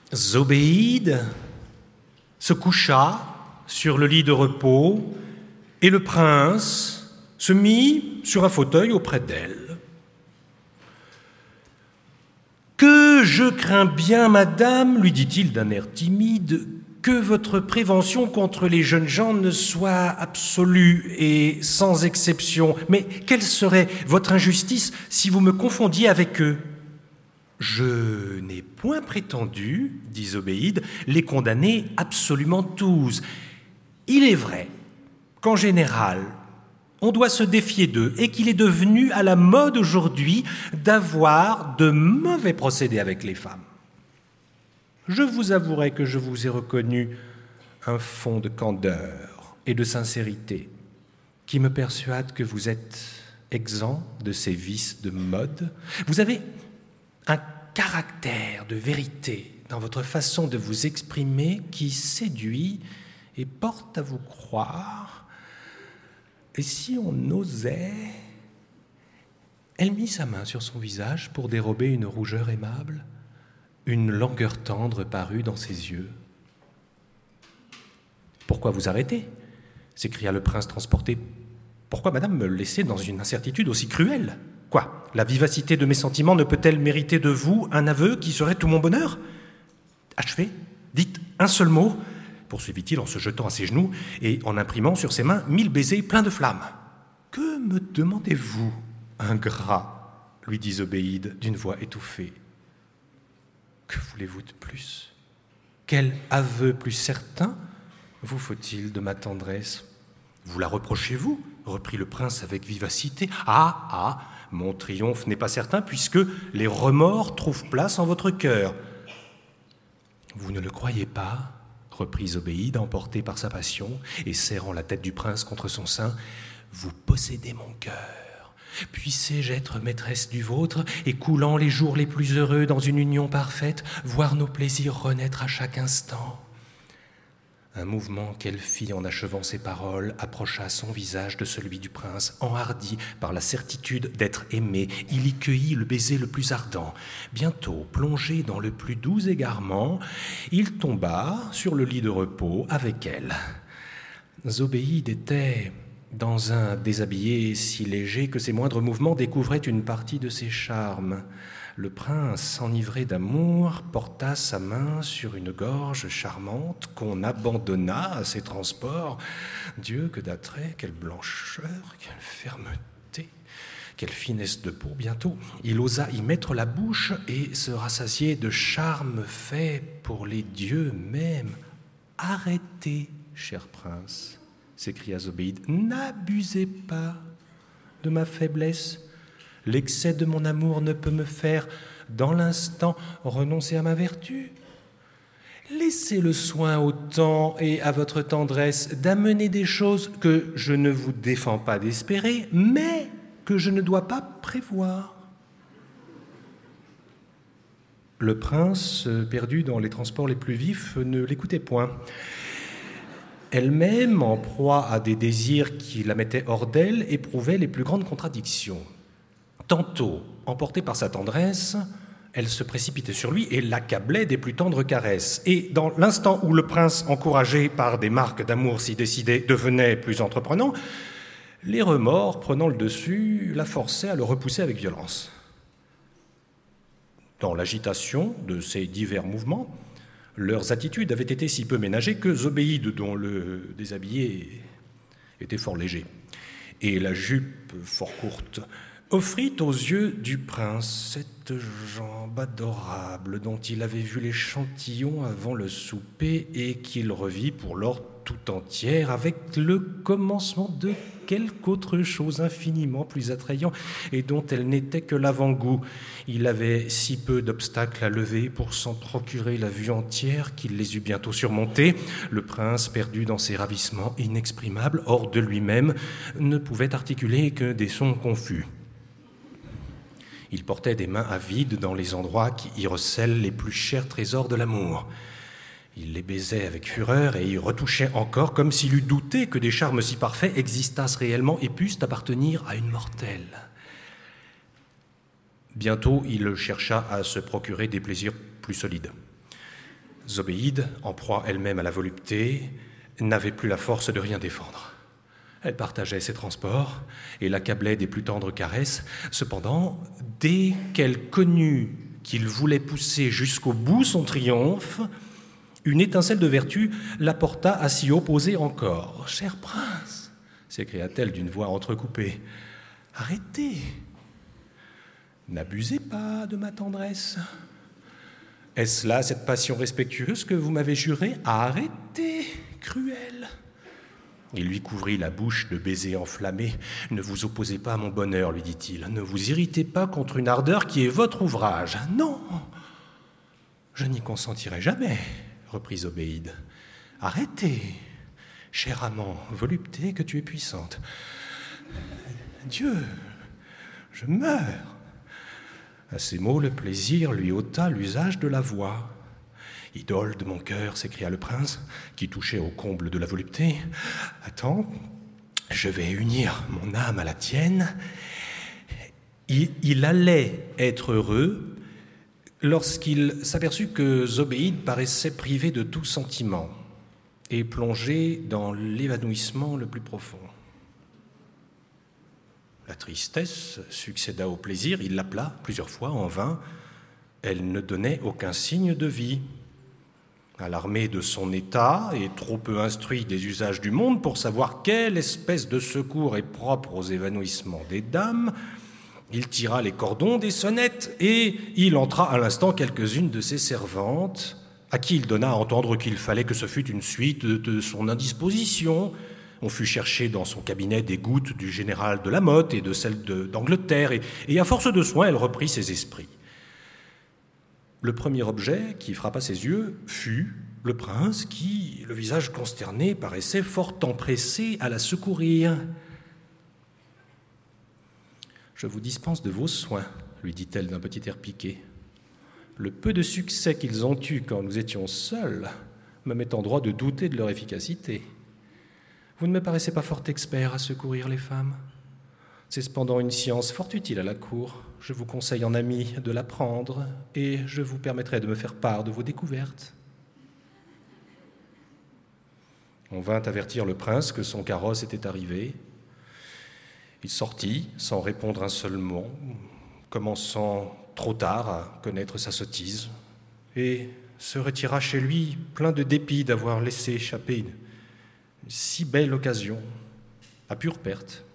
Zobéide se coucha sur le lit de repos et le prince se mit sur un fauteuil auprès d'elle. « Que je crains bien, madame, lui dit-il d'un air timide, que votre prévention contre les jeunes gens ne soit absolue et sans exception. Mais quelle serait votre injustice si vous me confondiez avec eux ?» « Je n'ai point prétendu, dit Zobéide, les condamner absolument tous. Il est vrai qu'en général, on doit se défier d'eux et qu'il est devenu à la mode aujourd'hui d'avoir de mauvais procédés avec les femmes. Je vous avouerai que je vous ai reconnu un fond de candeur et de sincérité qui me persuade que vous êtes exempt de ces vices de mode. Vous avez un caractère de vérité dans votre façon de vous exprimer qui séduit et porte à vous croire. Et si on osait... » Elle mit sa main sur son visage pour dérober une rougeur aimable. Une langueur tendre parut dans ses yeux. « Pourquoi vous arrêter ?» s'écria le prince transporté. « Pourquoi, madame, me laisser dans une incertitude aussi cruelle ? Quoi, la vivacité de mes sentiments ne peut-elle mériter de vous un aveu qui serait tout mon bonheur ? Achevez, dites un seul mot, poursuivit-il en se jetant à ses genoux et en imprimant sur ses mains 1000 baisers pleins de flammes. « Que me demandez-vous, ingrat ?» lui dit Zobéide d'une voix étouffée. « Que voulez-vous de plus ? Quel aveu plus certain vous faut-il de ma tendresse ? Vous la reprochez-vous ? Reprit le prince avec vivacité. Ah, mon triomphe n'est pas certain puisque les remords trouvent place en votre cœur. Vous ne le croyez pas ? Reprit Zobéide, emporté par sa passion et serrant la tête du prince contre son sein. Vous possédez mon cœur. Puissé-je être maîtresse du vôtre et coulant les jours les plus heureux dans une union parfaite, voir nos plaisirs renaître à chaque instant ? Un mouvement qu'elle fit en achevant ces paroles approcha son visage de celui du prince. Enhardi par la certitude d'être aimé, il y cueillit le baiser le plus ardent. Bientôt, plongé dans le plus doux égarement, il tomba sur le lit de repos avec elle. Zobéide était dans un déshabillé si léger que ses moindres mouvements découvraient une partie de ses charmes. Le prince, enivré d'amour, porta sa main sur une gorge charmante qu'on abandonna à ses transports. Dieu, que d'attrait, quelle blancheur, quelle fermeté, quelle finesse de peau. Bientôt, il osa y mettre la bouche et se rassasier de charmes faits pour les dieux mêmes. « Arrêtez, cher prince !» s'écria Zobéide. « N'abusez pas de ma faiblesse. L'excès de mon amour ne peut me faire, dans l'instant, renoncer à ma vertu. Laissez le soin au temps et à votre tendresse d'amener des choses que je ne vous défends pas d'espérer, mais que je ne dois pas prévoir. » Le prince, perdu dans les transports les plus vifs, ne l'écoutait point. Elle-même, en proie à des désirs qui la mettaient hors d'elle, éprouvait les plus grandes contradictions. Tantôt, emportée par sa tendresse, elle se précipitait sur lui et l'accablait des plus tendres caresses. Et dans l'instant où le prince, encouragé par des marques d'amour si décidées, devenait plus entreprenant, les remords, prenant le dessus, la forçaient à le repousser avec violence. Dans l'agitation de ces divers mouvements, leurs attitudes avaient été si peu ménagées que Zobéide, dont le déshabillé était fort léger, et la jupe fort courte, offrit aux yeux du prince cette jambe adorable dont il avait vu l'échantillon avant le souper et qu'il revit pour lors tout entière avec le commencement de quelque autre chose infiniment plus attrayant et dont elle n'était que l'avant-goût. Il avait si peu d'obstacles à lever pour s'en procurer la vue entière qu'il les eut bientôt surmontés. Le prince, perdu dans ses ravissements inexprimables, hors de lui-même, ne pouvait articuler que des sons confus. Il portait des mains avides dans les endroits qui y recèlent les plus chers trésors de l'amour. Il les baisait avec fureur et y retouchait encore comme s'il eût douté que des charmes si parfaits existassent réellement et pussent appartenir à une mortelle. Bientôt, il chercha à se procurer des plaisirs plus solides. Zobéide, en proie elle-même à la volupté, n'avait plus la force de rien défendre. Elle partageait ses transports et l'accablait des plus tendres caresses. Cependant, dès qu'elle connut qu'il voulait pousser jusqu'au bout son triomphe, une étincelle de vertu la porta à s'y opposer encore. « Cher prince !» s'écria-t-elle d'une voix entrecoupée. « Arrêtez! N'abusez pas de ma tendresse. Est-ce là cette passion respectueuse que vous m'avez juré? Arrêtez, cruel !» Il lui couvrit la bouche de baisers enflammés. « Ne vous opposez pas à mon bonheur, lui dit-il. Ne vous irritez pas contre une ardeur qui est votre ouvrage. Non, je n'y consentirai jamais, reprit Zobéide. Arrêtez, cher amant, volupté que tu es puissante. Dieu, je meurs. » À ces mots, le plaisir lui ôta l'usage de la voix. « Idole de mon cœur !» s'écria le prince, qui touchait au comble de la volupté. « Attends, je vais unir mon âme à la tienne. » Il allait être heureux lorsqu'il s'aperçut que Zobéide paraissait privé de tout sentiment et plongé dans l'évanouissement le plus profond. La tristesse succéda au plaisir. Il l'appela plusieurs fois en vain. Elle ne donnait aucun signe de vie. Alarmé de son état et trop peu instruit des usages du monde pour savoir quelle espèce de secours est propre aux évanouissements des dames, il tira les cordons des sonnettes et il entra à l'instant quelques-unes de ses servantes, à qui il donna à entendre qu'il fallait que ce fût une suite de son indisposition. On fut chercher dans son cabinet des gouttes du général de la Motte et de celles d'Angleterre, et à force de soins, elle reprit ses esprits. Le premier objet qui frappa ses yeux fut le prince qui, le visage consterné, paraissait fort empressé à la secourir. « Je vous dispense de vos soins, » lui dit-elle d'un petit air piqué. « Le peu de succès qu'ils ont eu quand nous étions seuls me met en droit de douter de leur efficacité. Vous ne me paraissez pas fort expert à secourir les femmes. C'est cependant une science fort utile à la cour. Je vous conseille en ami de l'apprendre et je vous permettrai de me faire part de vos découvertes. » On vint avertir le prince que son carrosse était arrivé. Il sortit sans répondre un seul mot, commençant trop tard à connaître sa sottise, et se retira chez lui plein de dépit d'avoir laissé échapper une si belle occasion, à pure perte.